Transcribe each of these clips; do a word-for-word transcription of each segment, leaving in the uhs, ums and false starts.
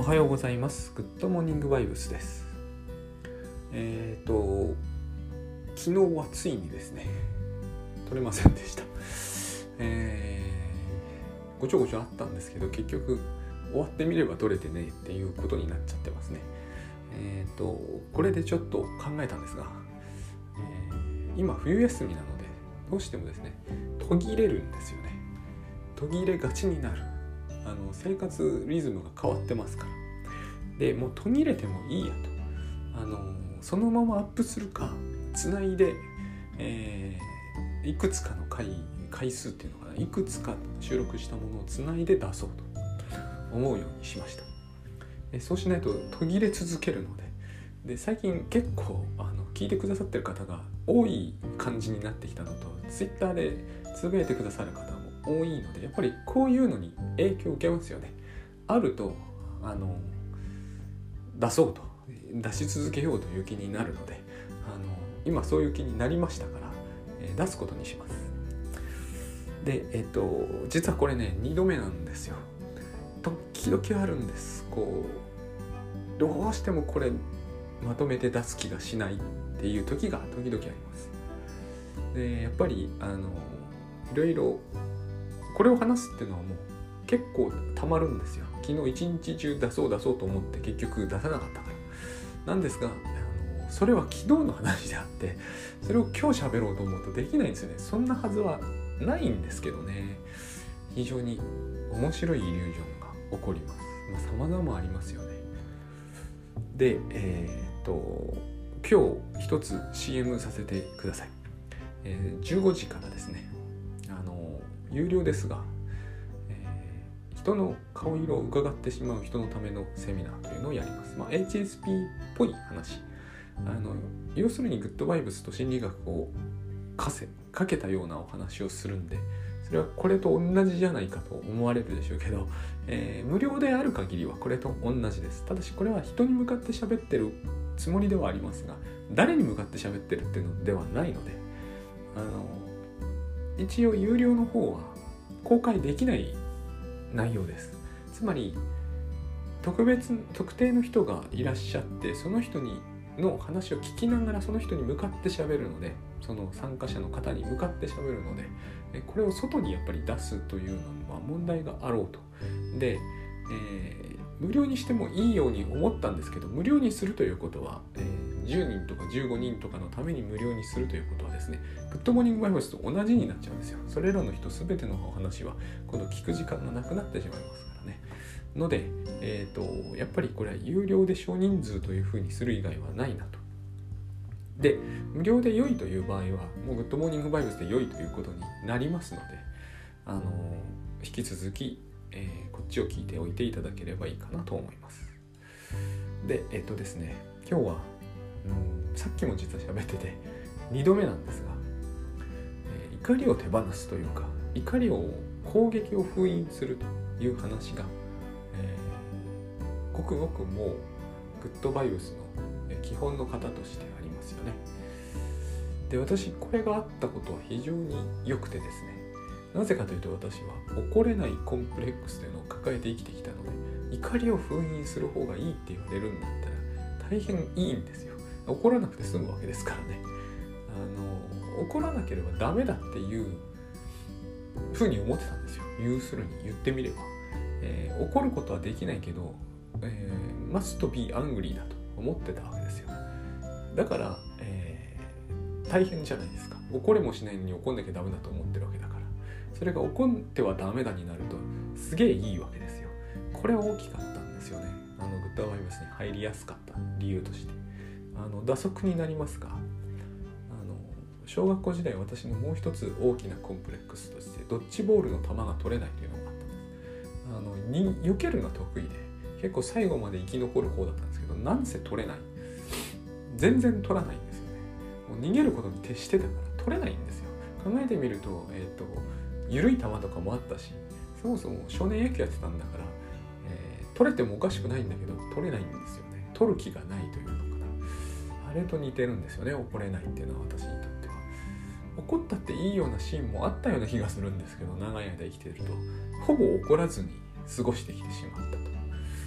おはようございます。グッドモーニングバイブスです。えっと昨日はついにですね撮れませんでした。えー、ごちょごちょあったんですけど、結局終わってみれば撮れてねっていうことになっちゃってますね。えっとこれでちょっと考えたんですが、えー、今冬休みなのでどうしてもですね途切れるんですよね。途切れがちになる。あの生活リズムが変わってますから。でもう途切れてもいいやと、あのそのままアップするかつないで、えー、いくつかの回回数っていうのかな、いくつか収録したものをつないで出そうと思うようにしました。えそうしないと途切れ続けるので、で最近結構あの聞いてくださってる方が多い感じになってきたのと、ツイッターでつぶやいてくださる方も多いので、やっぱりこういうのに影響を受けますよね。あるとあの出そうと出し続けようという気になるので、あの今そういう気になりましたから、えー、出すことにします。でえっと実はこれねにどめなんですよ。時々あるんです。こうどうしてもこれまとめて出す気がしないっていう時が時々あります。でやっぱりあのいろいろこれを話すっていうのはもう結構たまるんですよ。昨日一日中出そう出そうと思って結局出さなかったからなんですが、あのそれは昨日の話であって、それを今日喋ろうと思うとできないんですよね。そんなはずはないんですけどね。非常に面白いイリュージョンが起こります。まあ、様々ありますよね。でえー、っと今日一つ シーエム させてください。えー、じゅうごじからですね、あの有料ですが、えー、人の顔色を伺ってしまう人のためのセミナーというのをやります。まあ、エイチエスピー っぽい話、あの要するにグッドバイブスと心理学をかせかけたようなお話をするんで、それはこれと同じじゃないかと思われるでしょうけど、えー、無料である限りはこれと同じです。ただしこれは人に向かって喋ってるつもりではありますが、誰に向かって喋ってるっていうのではないので、あの一応有料の方は公開できない内容です。つまり特別特定の人がいらっしゃって、その人にの話を聞きながらその人に向かって喋るので、その参加者の方に向かって喋るので、これを外にやっぱり出すというのは問題があろうと。で、えー、無料にしてもいいように思ったんですけど、無料にするということは、えー、じゅうにんとかじゅうごにんとかのために無料にするということはですね、グッドモーニングバイブスと同じになっちゃうんですよ。それらの人すべてのお話は今度聞く時間がなくなってしまいますからね。ので、えーと、やっぱりこれは有料で少人数というふうにする以外はないなと。で、無料で良いという場合はもうグッドモーニングバイブスで良いということになりますので、あのー、引き続き、えー、こっちを聞いておいていただければいいかなと思います。で、えっとですね、今日はうんさっきも実は喋っててにどめなんですが、えー、怒りを手放すというか、怒りを攻撃を封印するという話が、えー、ごくごくもうグッドバイブスの基本の方としてありますよね。で、私これがあったことは非常に良くてですね、なぜかというと、私は怒れないコンプレックスというのを抱えて生きてきたので、怒りを封印する方がいいって言われるんだったら大変いいんですよ。怒らなくて済むわけですからね。あの怒らなければダメだっていうふうに思ってたんですよ。要するに言ってみれば、えー、怒ることはできないけど、えー、must be angry だと思ってたわけですよ。だから、えー、大変じゃないですか。怒れもしないのに怒んなきゃダメだと思ってるわけだから、それが怒ってはダメだになるとすげえいいわけですよ。これは大きかったんですよね。あのグッドバイブスに入りやすかった理由として、あの打足になりますが、あの小学校時代私のもう一つ大きなコンプレックスとして、ドッジボールの球が取れないというのがあったんです。あのに避けるのが得意で結構最後まで生き残る方だったんですけど、なんせ取れない、全然取らないんですよね。もう逃げることに徹してたから取れないんですよ。考えてみると、えっと緩い球とかもあったし、そもそも少年野球やってたんだから、えー、取れてもおかしくないんだけど取れないんですよね。取る気がないというのかな。あれと似てるんですよね、怒れないっていうのは。私にとっては怒ったっていいようなシーンもあったような気がするんですけど、長い間生きているとほぼ怒らずに過ごしてきてしまったと。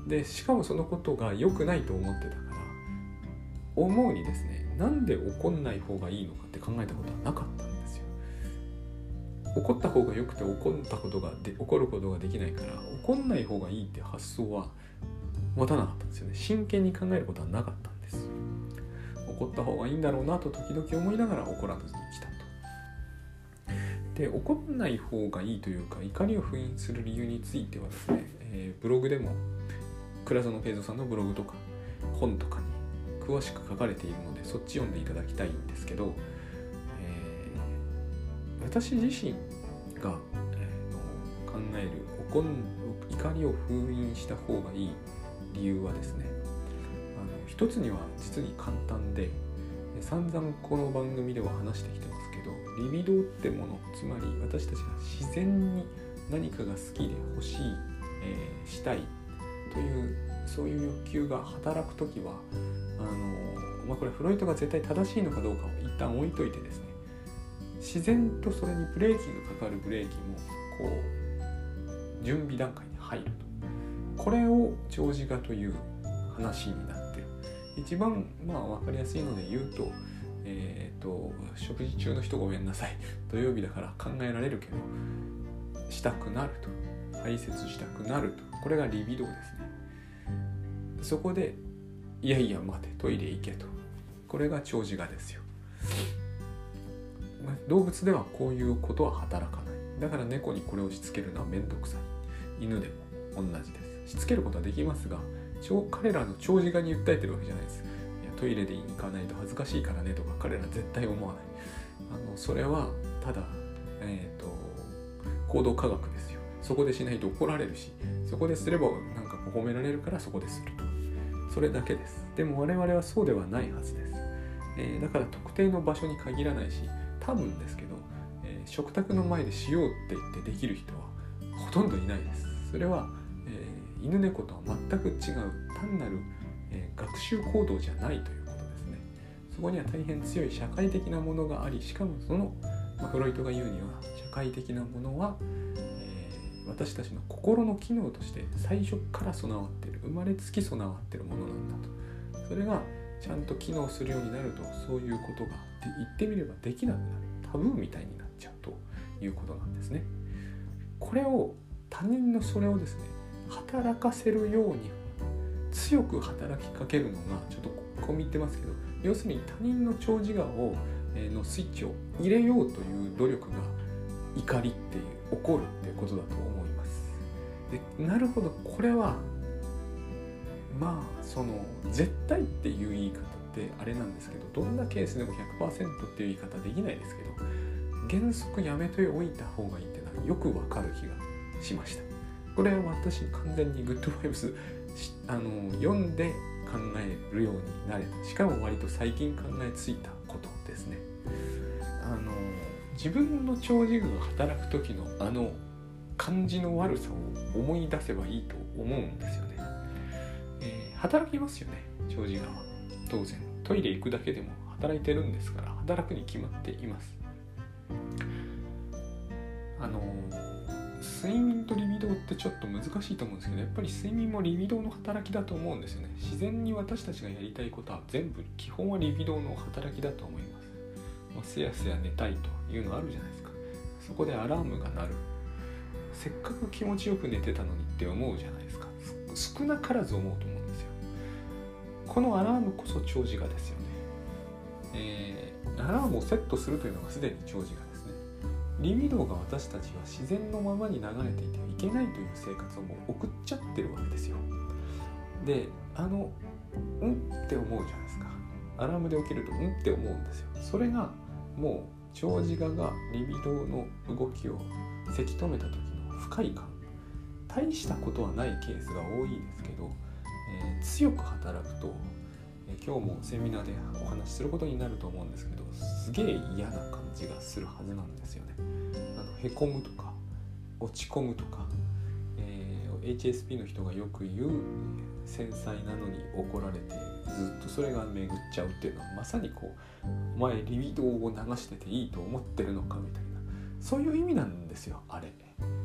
でしかもそのことが良くないと思ってたから思うにですね、なんで怒んない方がいいのかって考えたことはなかったんですよ。怒った方が良くて怒ったことがで怒ることができないから怒んない方がいいって発想は持たなかったんですよね。真剣に考えることはなかったんです。怒った方がいいんだろうなと時々思いながら怒らずに来たと。で、怒んない方がいいというか怒りを封印する理由についてはですね、えー、ブログでも倉園慶三さんのブログとか本とかに詳しく書かれているのでそっち読んでいただきたいんですけど、えー、私自身が、えー、考える怒ん怒りを封印した方がいい理由はですね、あの一つには実に簡単で散々この番組では話してきてますけど、リビドーってもの、つまり私たちが自然に何かが好きで欲しい、えー、したいというそういう欲求が働くときはあの、まあ、これフロイトが絶対正しいのかどうかを一旦置いといてですね、自然とそれにブレーキがかかるブレーキもこう準備段階に入ると。これを長寿画という話になっている。一番まあ分かりやすいので言うと、えーと、食事中の人ごめんなさい。土曜日だから考えられるけど、したくなると。排泄したくなると。これがリビドーですね。そこで、いやいや待て、トイレ行けと。これが長寿画ですよ。動物ではこういうことは働かない。だから猫にこれをしつけるのはめんどくさい。犬でも同じです。しつけることはできますが、彼らの長寿画に訴えてるわけじゃないです。いやトイレで行かないと恥ずかしいからねとか彼ら絶対思わない。あのそれはただ、えーと、行動科学ですよ。そこでしないと怒られるし、そこですればなんかこう褒められるからそこですると。それだけです。でも我々はそうではないはずです。えー、だから特定の場所に限らないし、多分ですけど、えー、食卓の前でしようって言ってできる人はほとんどいないです。それは犬猫とは全く違う単なる、えー、学習行動じゃないということですね。そこには大変強い社会的なものがあり、しかもその、まあ、フロイトが言うには社会的なものは、えー、私たちの心の機能として最初から備わっている、生まれつき備わっているものなんだと。それがちゃんと機能するようになると、そういうことが言ってみればできなくなる、タブーみたいになっちゃうということなんですね。これを他人のそれをですね働かせるように強く働きかけるのがちょっとここ見てますけど、要するに他人の長寿画をのスイッチを入れようという努力が怒りっていう起こるっていうことだと思います。でなるほど、これはまあその絶対っていう言い方ってあれなんですけど、どんなケースでも ひゃくパーセント っていう言い方できないですけど、原則やめておいた方がいいっていうのはよくわかる気がしました。これは私完全にグッドバイブスあの読んで考えるようになれた。しかも割と最近考えついたことですね。あの自分の長寿画が働く時のあの感じの悪さを思い出せばいいと思うんですよね。えー、働きますよね、長寿画は。当然トイレ行くだけでも働いてるんですから働くに決まっています。あの睡眠とリビドーってちょっと難しいと思うんですけど、やっぱり睡眠もリビドーの働きだと思うんですよね。自然に私たちがやりたいことは全部基本はリビドーの働きだと思います。もうすやすや寝たいというのあるじゃないですか。そこでアラームが鳴る。せっかく気持ちよく寝てたのにって思うじゃないですか。少なからず思うと思うんですよ。このアラームこそ長寿画ですよね。えー、アラームをセットするというのがすでに長寿画ですね。リビドーが私たちは自然のままに流れていてはいけないという生活をもう送っちゃってるわけですよ。で、あのうんって思うじゃないですか。アラームで起きるとうんって思うんですよ。それがもう長寿画がリビドーの動きをせき止めた時の不快感、大したことはないケースが多いですけど、えー、強く働くと、えー、今日もセミナーでお話しすることになると思うんですけど、すげえ嫌な感じがするはずなんですよね。あのへこむとか落ち込むとか、えー、エイチエスピー の人がよく言う繊細なのに怒られてずっとそれが巡っちゃうっていうのはまさにこうお前リビドーを流してていいと思ってるのかみたいな、そういう意味なんですよ。あれ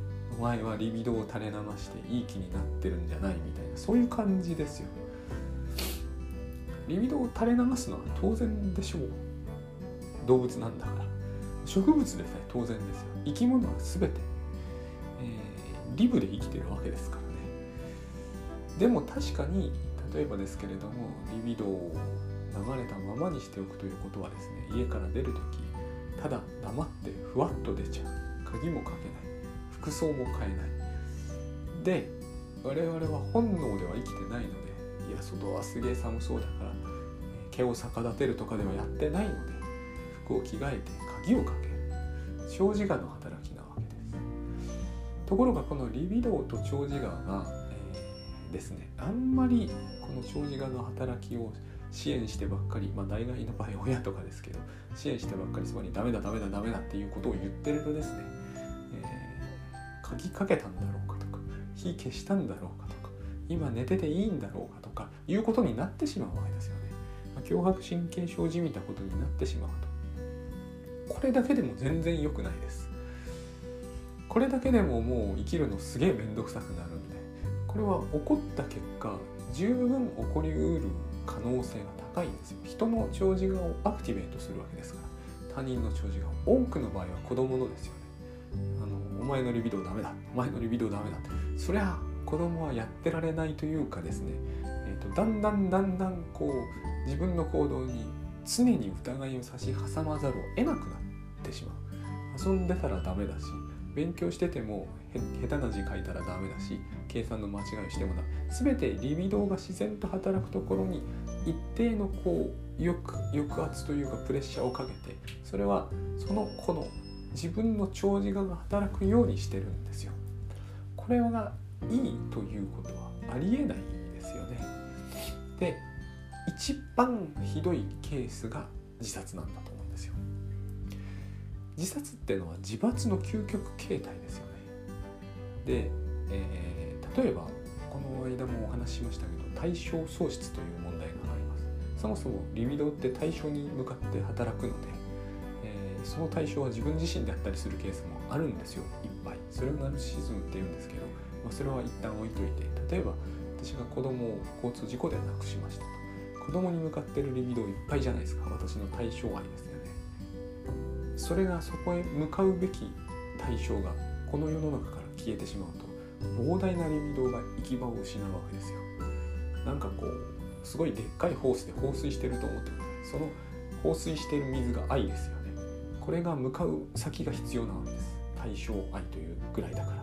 前はリビドを垂れ流していい気になってるんじゃないみたいな、そういう感じですよ。リビドを垂れ流すのは当然でしょう。動物なんだから。植物でさえ当然ですよ。生き物は全て、えー、リブで生きてるわけですからね。でも確かに例えばですけれども、リビドを流れたままにしておくということはですね、家から出るときただ黙ってふわっと出ちゃう。鍵もかけない。服装も変えない。で、我々は本能では生きてないので、いや外はすげえ寒そうだから毛を逆立てるとかではやってないので、服を着替えて鍵をかける。長自我の働きなわけです。ところがこのリビドーと長自我が、えー、ですね、あんまりこの長自我の働きを支援してばっかり、まあ大概の場合親とかですけど、支援してばっかりそばにダメだダメだダメだっていうことを言ってるとですね、えー、鍵かけたんだろうかとか、火消したんだろうかとか、今寝てていいんだろうかとかいうことになってしまうわけですよね。まあ、強迫神経症じみたことになってしまうと、これだけでも全然良くないです。これだけでももう生きるのすげえめんどくさくなるんで、これは起こった結果十分起こりうる可能性が高いんですよ。人の長自我をアクティベートするわけですから。他人の長自我、多くの場合は子供のですよね。あのお前のリビドーダメだ、お前のリビドーダメだ、そりゃ子供はやってられないというかですね、えーと、だんだんだんだんこう自分の行動に常に疑いを差し挟まざるを得なくなってしまう。遊んでたらダメだし、勉強しててもへ下手な字書いたらダメだし、計算の間違いをしてもだ、全てリビドーが自然と働くところに一定のこう 抑, 抑圧というかプレッシャーをかけて、それはその子の自分の長自我が働くようにしてるんですよ。これがいいということはありえないですよね。で、一番ひどいケースが自殺なんだと思うんですよ。自殺っていうのは自罰の究極形態ですよね。で、えー、例えばこの間もお話ししましたけど、対象喪失という問題があります。そもそもリビドーって対象に向かって働くので、えー、その対象は自分自身であったりするケースもあるんですよ、いっぱい。それをナルシシズムって言うんですけど、まあ、それは一旦置いといて、例えば私が子供を交通事故で亡くしましたと。子供に向かってるリビドーいっぱいじゃないですか、私の対象愛ですよね。それがそこへ向かうべき対象がこの世の中から消えてしまうと、膨大なリビドーが行き場を失うわけですよ。なんかこうすごいでっかいホースで放水してると思ってください。その放水している水が愛ですよね。これが向かう先が必要なわけです。対象愛というぐらいだから、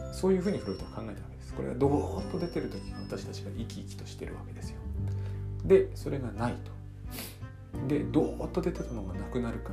そういうふうにフロイトは考えたわけです。これがドーッと出てる時が私たちが生き生きとしてるわけですよ。で、それがないと。で、ドーッと出てたのがなくなるから、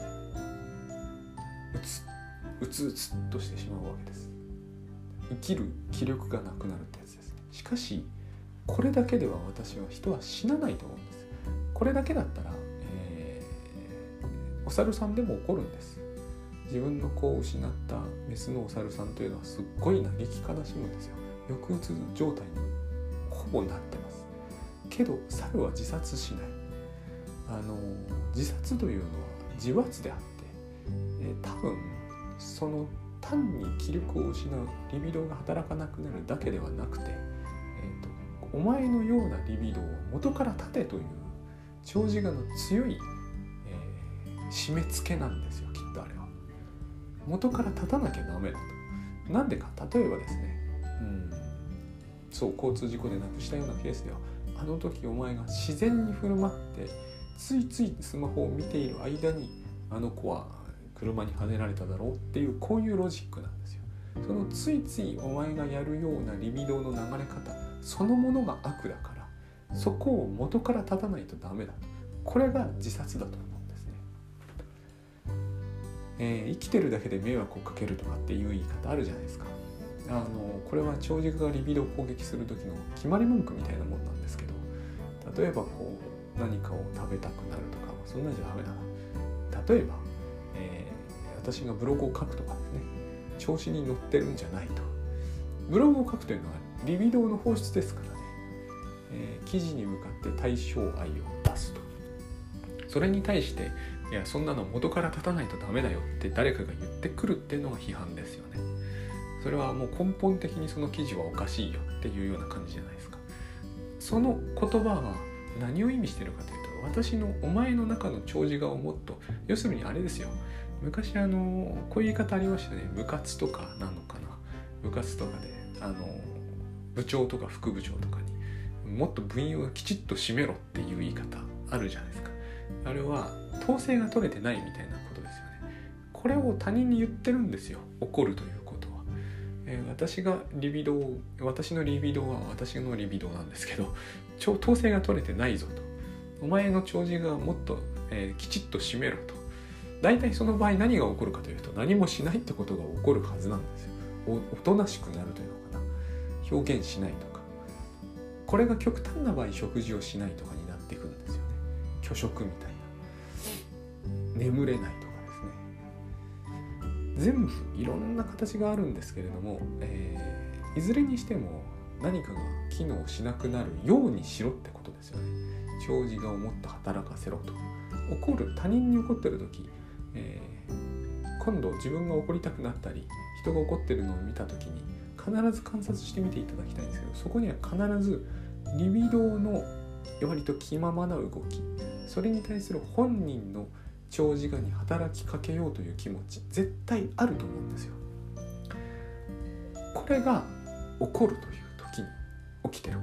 うつうつうつとしてしまうわけです。生きる気力がなくなるってやつですね。しかしこれだけでは私は人は死なないと思うんです。これだけだったら、えー、お猿さんでも起こるんです。自分の子を失ったメスのお猿さんというのはすっごい嘆き悲しむんですよ。抑うつ状態にほぼなってます。けど猿は自殺しない。あの自殺というのは自罰であって、えー、多分その単に気力を失うリビドーが働かなくなるだけではなくて、えーと、お前のようなリビドーを元から立てという長自我の強い、えー、締め付けなんですよ、きっとあれは。元から立たなきゃダメだと。なんでか、例えばですね、うん、そう交通事故で亡くしたようなケースでは、あの時お前が自然に振る舞ってついついスマホを見ている間にあの子は車にはねられただろうっていう、こういうロジックなんですよ。そのついついお前がやるようなリビドーの流れ方そのものが悪だから、そこを元から立たないとダメだと。これが自殺だと思うんですね。えー、生きてるだけで迷惑をかけるとかっていう言い方あるじゃないですか。あのこれは長自我がリビドーを攻撃する時の決まり文句みたいなもんなんですけど、例えばこう何かを食べたくなるとか、そんなんじゃダメだな。例えば私がブログを書くとかですね、調子に乗ってるんじゃないと。ブログを書くというのはリビドーの放出ですからね、えー、記事に向かって対象愛を出すと。それに対して、いやそんなの元から立たないとダメだよって誰かが言ってくるっていうのが批判ですよね。 それはもう根本的にその記事はおかしいよっていうような感じじゃないですか。その言葉は何を意味しているかというと、私のお前の中の長寿画をもっと、要するにあれですよ、昔あのこういう言い方ありましたね。部活とかなのかな、部活とかであの部長とか副部長とかにもっと部員をきちっと締めろっていう言い方あるじゃないですか。あれは統制が取れてないみたいなことですよね。これを他人に言ってるんですよ、怒るということは。えー、私がリビドー私のリビドーは私のリビドーなんですけど、統制が取れてないぞと、お前の長寿がもっと、えー、きちっと締めろと。大体その場合何が起こるかというと、何もしないってことが起こるはずなんですよ。 お, おとなしくなるというのかな、表現しないとか。これが極端な場合食事をしないとかになっていくんですよね。拒食みたいな、眠れないとかですね。全部いろんな形があるんですけれども、えー、いずれにしても何かが機能しなくなるようにしろってことですよね。長寿がをもっと働かせろと。怒る、他人に怒ってる時、えー、今度自分が怒りたくなったり人が怒ってるのを見た時に必ず観察してみていただきたいんですけど、そこには必ずリビドーの割と気ままな動き、それに対する本人の長寿我に働きかけようという気持ち、絶対あると思うんですよ。これが怒るという時に起きてること。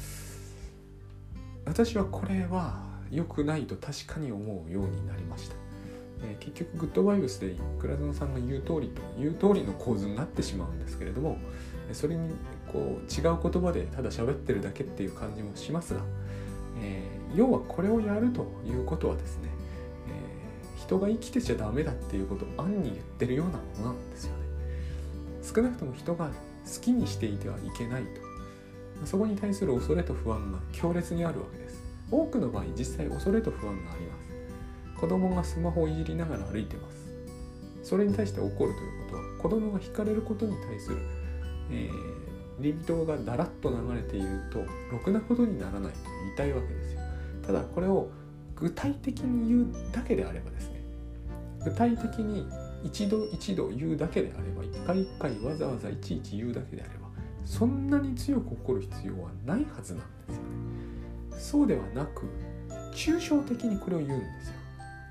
私はこれは良くないと確かに思うようになりました。えー、結局グッドバイブスで倉園さんが言う通りという通りの構図になってしまうんですけれども、それにこう違う言葉でただ喋ってるだけっていう感じもしますが、えー、要はこれをやるということはですね、えー、人が生きてちゃダメだっていうことを暗に言ってるようなものなんですよね。少なくとも人が好きにしていてはいけないと、そこに対する恐れと不安が強烈にあるわけです。多くの場合実際恐れと不安があります。子供がスマホをいじりながら歩いてます。それに対して怒るということは、子供が惹かれることに対する、えー、リビドーがだらっと流れているとろくなことにならないと言いたいわけですよ。ただこれを具体的に言うだけであればですね、具体的に一度一度言うだけであれば、一回一回わざわざいちいち言うだけであれば、そんなに強く怒る必要はないはずなんですよね。そうではなく、抽象的にこれを言うんですよ。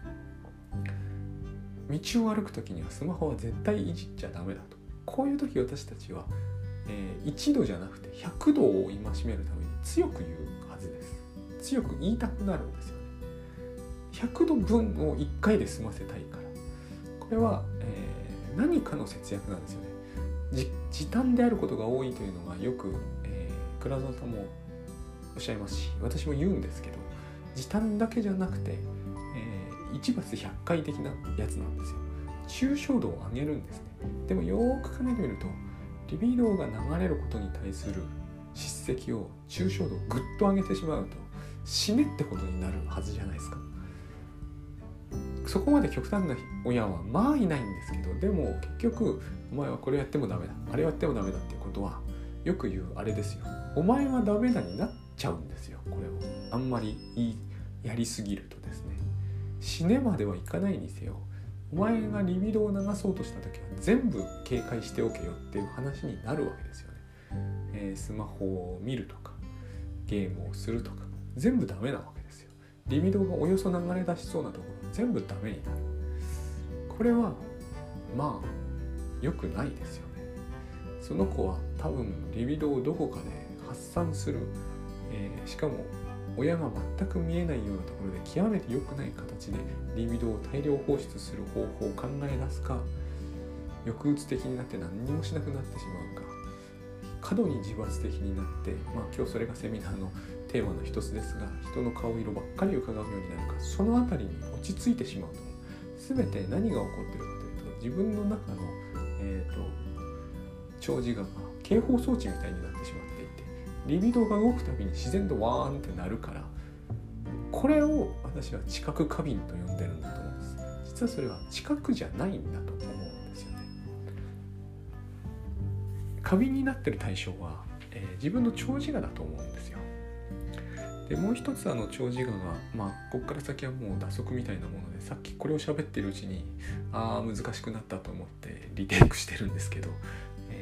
道を歩くときにはスマホは絶対いじっちゃダメだと。こういう時私たちは、えー、いちどじゃなくてひゃくどを戒めるために強く言うはずです。強く言いたくなるんですよね。ひゃくどぶんをいっかいで済ませたいから。これは、えー、何かの節約なんですよね。じ時短であることが多いというのがよく、えー、倉園さんもおっしゃいますし、私も言うんですけど、時短だけじゃなくて、えー、一罰百回的なやつなんですよ。抽象度を上げるんですね。でもよーく考えてみると、リビドーが流れることに対する叱責を抽象度をぐっと上げてしまうと、死ねってことになるはずじゃないですか。そこまで極端な親はまあいないんですけど、でも結局お前はこれやってもダメだ、あれやってもダメだっていうことはよく言うあれですよ。お前はダメだになっちゃうんですよ。これをあんまりいいやりすぎるとですね、死ねまではいかないにせよ、お前がリビドーを流そうとした時は全部警戒しておけよっていう話になるわけですよね。えー、スマホを見るとかゲームをするとか全部ダメなわけですよ。リビドーがおよそ流れ出しそうなところ全部ダメになる。これはまあ良くないですよね。その子は多分リビドーをどこかで発散する、えー、しかも親が全く見えないようなところで極めて良くない形でリビドーを大量放出する方法を考え出すか、抑うつ的になって何にもしなくなってしまうか、過度に自発的になって、まあ今日それがセミナーのテーマの一つですが、人の顔色ばっかり伺うようになるか、そのあたりに落ち着いてしまうと思う。すべて何が起こっているかというと、自分の中の、えーと、長寿我が警報装置みたいになってしまっていて、リビドーが動くたびに自然とワーンってなるから、これを私は知覚過敏と呼んでるんだと思うんです。実はそれは知覚じゃないんだと思うんですよね。過敏になってる対象は、えー、自分の長寿我だと思うんですよ。でもう一つあの長寿我が、まあここから先はもう打足みたいなもので、さっきこれを喋っているうちにああ難しくなったと思ってリテイクしてるんですけど、え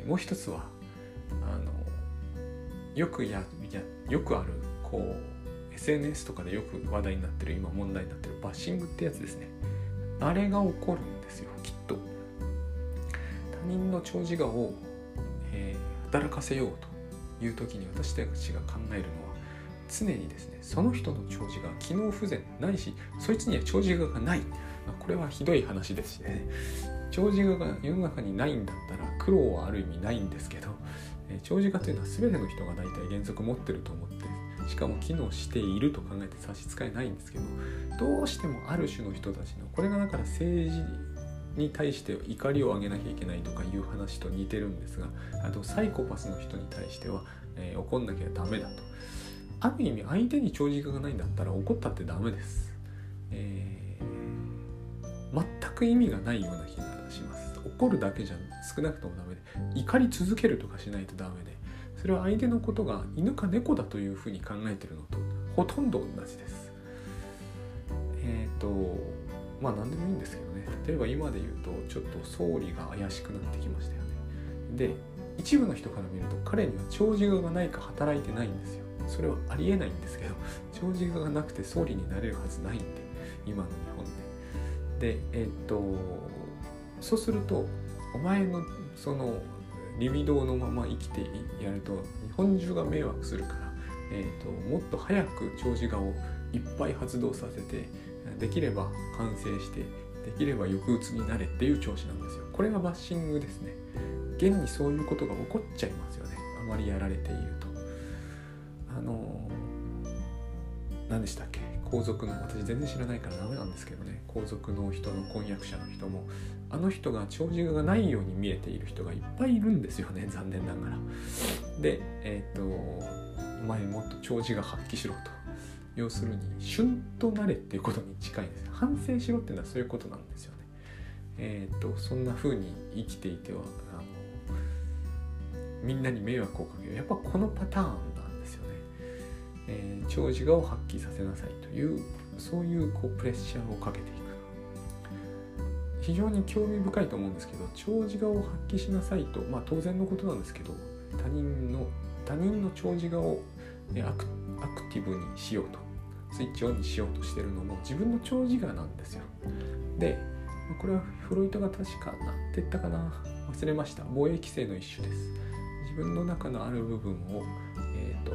もう一つはあのよくややよくあるこう エスエヌエス とかでよく話題になってる、今問題になってるバッシングってやつですね。あれが起こるんですよ、きっと。他人の長寿顔を、えー、働かせようという時に私たちが考えるのは、常にですね、その人の長寿が機能不全ないし、そいつには長寿画がない。これはひどい話ですしね。長寿画が世の中にないんだったら苦労はある意味ないんですけど、えー、長寿画というのは全ての人が大体原則持ってると思って、しかも機能していると考えて差し支えないんですけど、どうしてもある種の人たちの、これがだから政治に対して怒りを上げなきゃいけないとかいう話と似てるんですが、あとサイコパスの人に対しては、えー、怒んなきゃダメだと。ある意味相手に長寿画がないんだったら怒ったってダメです、えー、全く意味がないような気がします。怒るだけじゃ少なくともダメで、怒り続けるとかしないとダメで、それは相手のことが犬か猫だというふうに考えているのとほとんど同じです。えっとまあ何でもいいんですけどね。例えば今で言うとちょっと総理が怪しくなってきましたよね。で、一部の人から見ると彼には長寿画がないか働いてないんですよ。それはありえないんですけど、長寿画がなくて総理になれるはずないんで、今の日本で。で、えっとそうするとお前のそのリビドーのまま生きてやると日本中が迷惑するから、えー、ともっと早く長寿画をいっぱい発動させて、できれば完成して、できれば抑うつになれっていう調子なんですよ。これがバッシングですね。現にそういうことが起こっちゃいますよね、あまりやられていると。あの何でしたっけ、皇族の、私全然知らないからダメなんですけどね、皇族の人の婚約者の人も、あの人が長寿画がないように見えている人がいっぱいいるんですよね、残念ながら。で、えっとお前もっと長寿画発揮しろと。要するに旬となれっていうことに近いです。反省しろっていうのはそういうことなんですよね。えっとそんな風に生きていてはあのみんなに迷惑をかける、やっぱこのパターンなんですよね。えー、長寿画を発揮させなさいという、そういうこうプレッシャーをかけていく。非常に興味深いと思うんですけど、長寿画を発揮しなさいと、まあ当然のことなんですけど、他人の他人の長寿画をアク、アクティブにしようと、スイッチオンにしようとしてるのも自分の長寿画なんですよ。で、これはフロイトが確かなんて言ったかな、忘れました。防衛規制の一種です。自分の中のある部分を、えーと、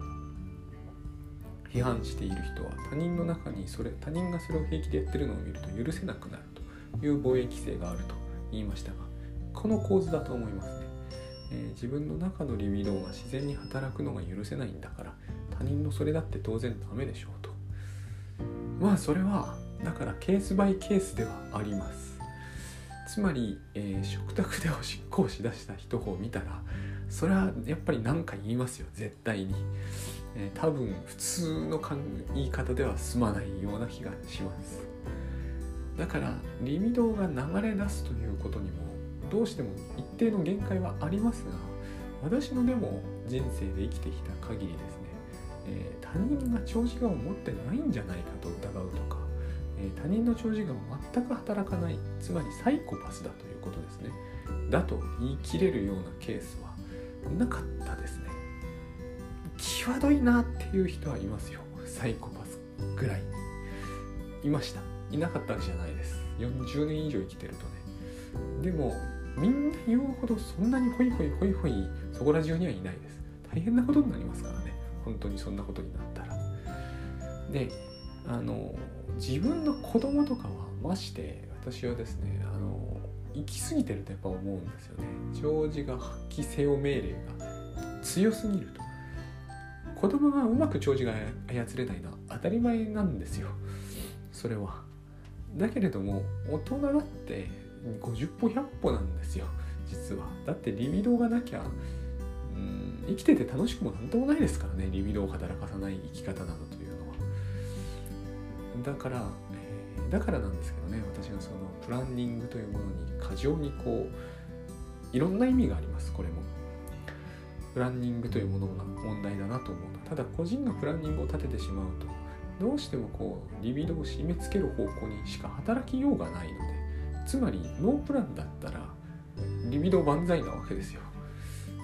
批判している人は他人の中にそれ他人がそれを平気でやってるのを見ると許せなくなるという防衛規制があると言いましたが、この構図だと思いますね。えー、自分の中のリビドーが自然に働くのが許せないんだから、他人のそれだって当然ダメでしょうと。まあそれはだからケースバイケースではあります。つまり、えー、食卓でおしっこをしだした人を見たら、それはやっぱり何か言いますよ、絶対に。えー、多分普通の言い方では済まないような気がします。だからリビドーが流れ出すということにもどうしても一定の限界はありますが、私のでも人生で生きてきた限りですね、えー、他人が長寿画を持ってないんじゃないかと疑うとか、えー、他人の長寿画を全く働かない、つまりサイコパスだということですね、だと言い切れるようなケースはなかったですね。際どいなっていう人はいますよ、サイコパスぐらいにいました。いなかったわけじゃないです。よんじゅうねん以上生きてるとね。でもみんな言うほどそんなにホイホイホイホイそこら中にはいないです。大変なことになりますからね、本当にそんなことになったら。で、あの自分の子供とかはまして私はですね、あの行き過ぎてるとやっぱ思うんですよね。長寿が発揮せよ命令が強すぎると。子供がうまく長寿が操れないのは当たり前なんですよ、それは。だけれども大人だってごじゅっぽひゃっぽなんですよ、実は。だってリビドーがなきゃうん生きてて楽しくもなんともないですからね、リビドーを働かさない生き方などというのは。だから、えー、だからなんですけどね、私がそのプランニングというものに過剰にこういろんな意味があります。これもプランニングというものが問題だなと思う。ただ個人がプランニングを立ててしまうと、どうしてもこうリビドーを締め付ける方向にしか働きようがないので、つまりノープランだったらリビドー万歳なわけですよ。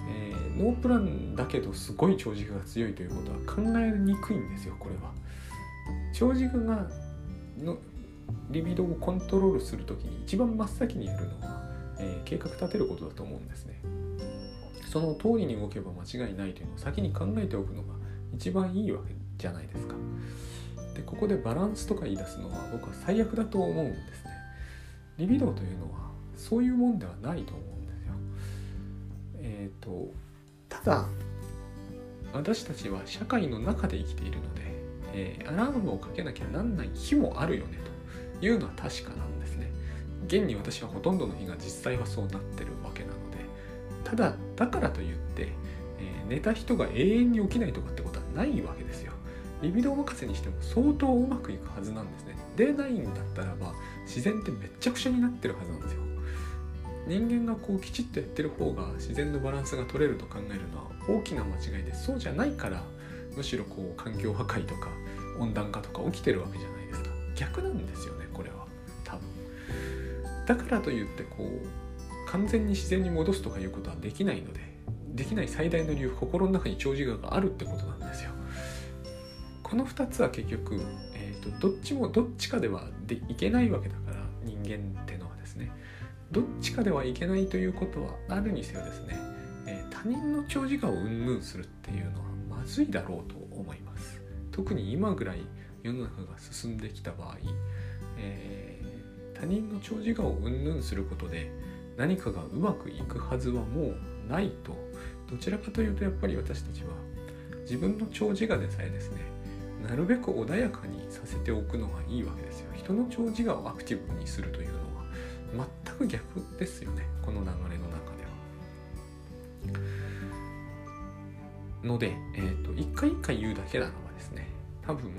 えー、ノープランだけどすごい長軸が強いということは考えにくいんですよ。これは長軸がのリビドーをコントロールするときに一番真っ先にやるのは、えー、計画立てることだと思うんですね。その通りに動けば間違いないというのを先に考えておくのが一番いいわけじゃないですか。でここでバランスとか言い出すのは僕は最悪だと思うんですね。リビドーというのはそういうもんではないと思うんですよ。えっとただ私たちは社会の中で生きているので、えー、アラームをかけなきゃなんない日もあるよねというのは確かなんですね。現に私はほとんどの日が実際はそうなってるわけなので、ただだからといって、えー、寝た人が永遠に起きないとかってことはないわけですよ。リビドー任せにしても相当うまくいくはずなんですね。でないんだったらば自然ってめっちゃくちゃになってるはずなんですよ。人間がこうきちっとやってる方が自然のバランスが取れると考えるのは大きな間違いで、そうじゃないからむしろこう環境破壊とか温暖化とか起きてるわけじゃないですか。逆なんですよね、これは多分。だからといってこう完全に自然に戻すとかいうことはできないので、できない最大の理由、心の中に長寿があるってことなんですよ。このふたつは結局、えーと、どっちもどっちかではでいけないわけだから、人間ってのはですね、どっちかではいけないということはあるにせよですね、えー、他人の長寿を云々するっていうのはまずいだろうと思います。特に今ぐらい世の中が進んできた場合、えー、他人の長寿を云々することで何かがうまくいくはずはもうないと、どちらかというとやっぱり私たちは自分の長寿でさえですね、なるべく穏やかにさせておくのがいいわけですよ。人の長寿をアクティブにするというのは全く逆ですよね、この流れの中では。ので、えーと、一回一回言うだけなのはですね、多分、うん、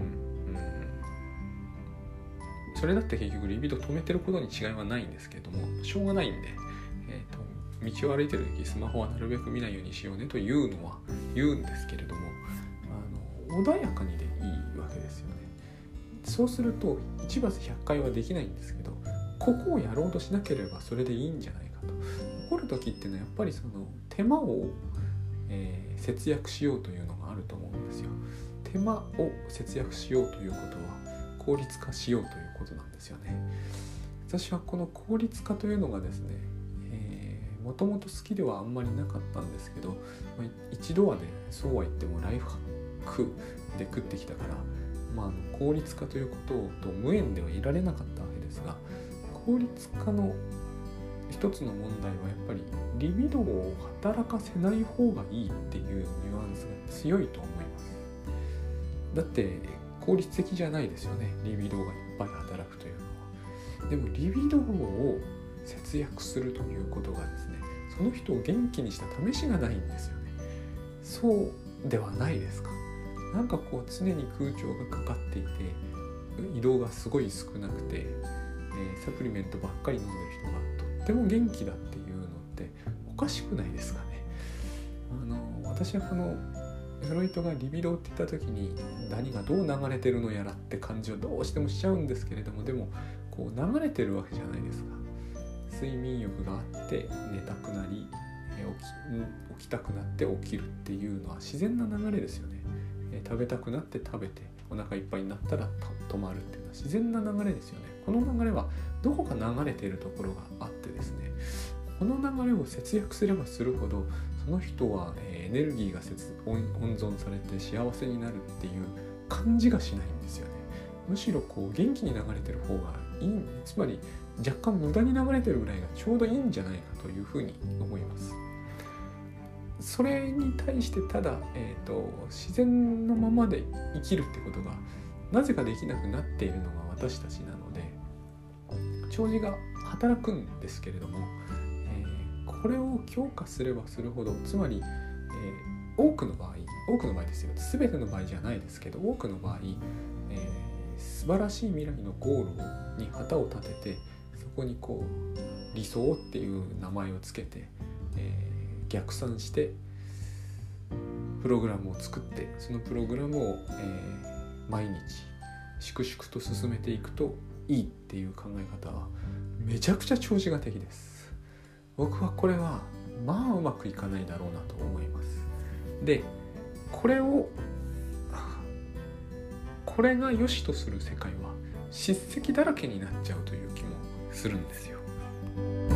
それだって結局リビドー止めてることに違いはないんですけれども、しょうがないんで、えーと、道を歩いてる時スマホはなるべく見ないようにしようねというのは言うんですけれども、あの穏やかにでいいわけですよね。そうすると一罰百回はできないんですけど、ここをやろうとしなければそれでいいんじゃないかと。怒る時っていうのはやっぱりその手間を、えー、節約しようというのがあると思うんですよ。手間を節約しようということは効率化しようということなんですよね。私はこの効率化というのがですね、もともと好きではあんまりなかったんですけど、一度はね、そうは言ってもライフハックで食ってきたから、まあ、あの効率化ということと無縁ではいられなかったわけですが、効率化の一つの問題はやっぱりリビドーを働かせない方がいいっていうニュアンスが強いと思います。だって効率的じゃないですよね、リビドーがいっぱい働くというのは。でもリビドーを節約するということがですね、その人を元気にした試しがないんですよね。そうではないですか。なんかこう常に空調がかかっていて移動がすごい少なくて、えー、サプリメントばっかり飲んでる人がとっても元気だっていうのっておかしくないですかね。あの私はこのフロイトがリビドーって言った時に何がどう流れてるのやらって感じをどうしてもしちゃうんですけれども、でもこう流れてるわけじゃないですか。睡眠欲があって寝たくなり、えー、起き、起きたくなって起きるっていうのは自然な流れですよね。えー、食べたくなって食べてお腹いっぱいになったら止まるっていうのは自然な流れですよね。この流れはどこか流れているところがあってですね、この流れを節約すればするほどその人は、えー、エネルギーが温存されて幸せになるっていう感じがしないんですよね。むしろこう元気に流れてる方がいい、つまり若干無駄に流れてるぐらいがちょうどいいんじゃないかというふうに思います。それに対してただ、えーと、自然のままで生きるってことがなぜかできなくなっているのが私たちなので、長寿が働くんですけれども、えー、これを強化すればするほど、つまり、えー、多くの場合多くの場合ですよ、全ての場合じゃないですけど、多くの場合、えー、素晴らしい未来のゴールに旗を立てて、そこにこう理想っていう名前をつけて、えー逆算してプログラムを作って、そのプログラムを、えー、毎日粛々と進めていくといいっていう考え方はめちゃくちゃ長寿が的です。僕はこれはまあうまくいかないだろうなと思います。でこれをこれが良しとする世界は叱責だらけになっちゃうという気もするんですよ。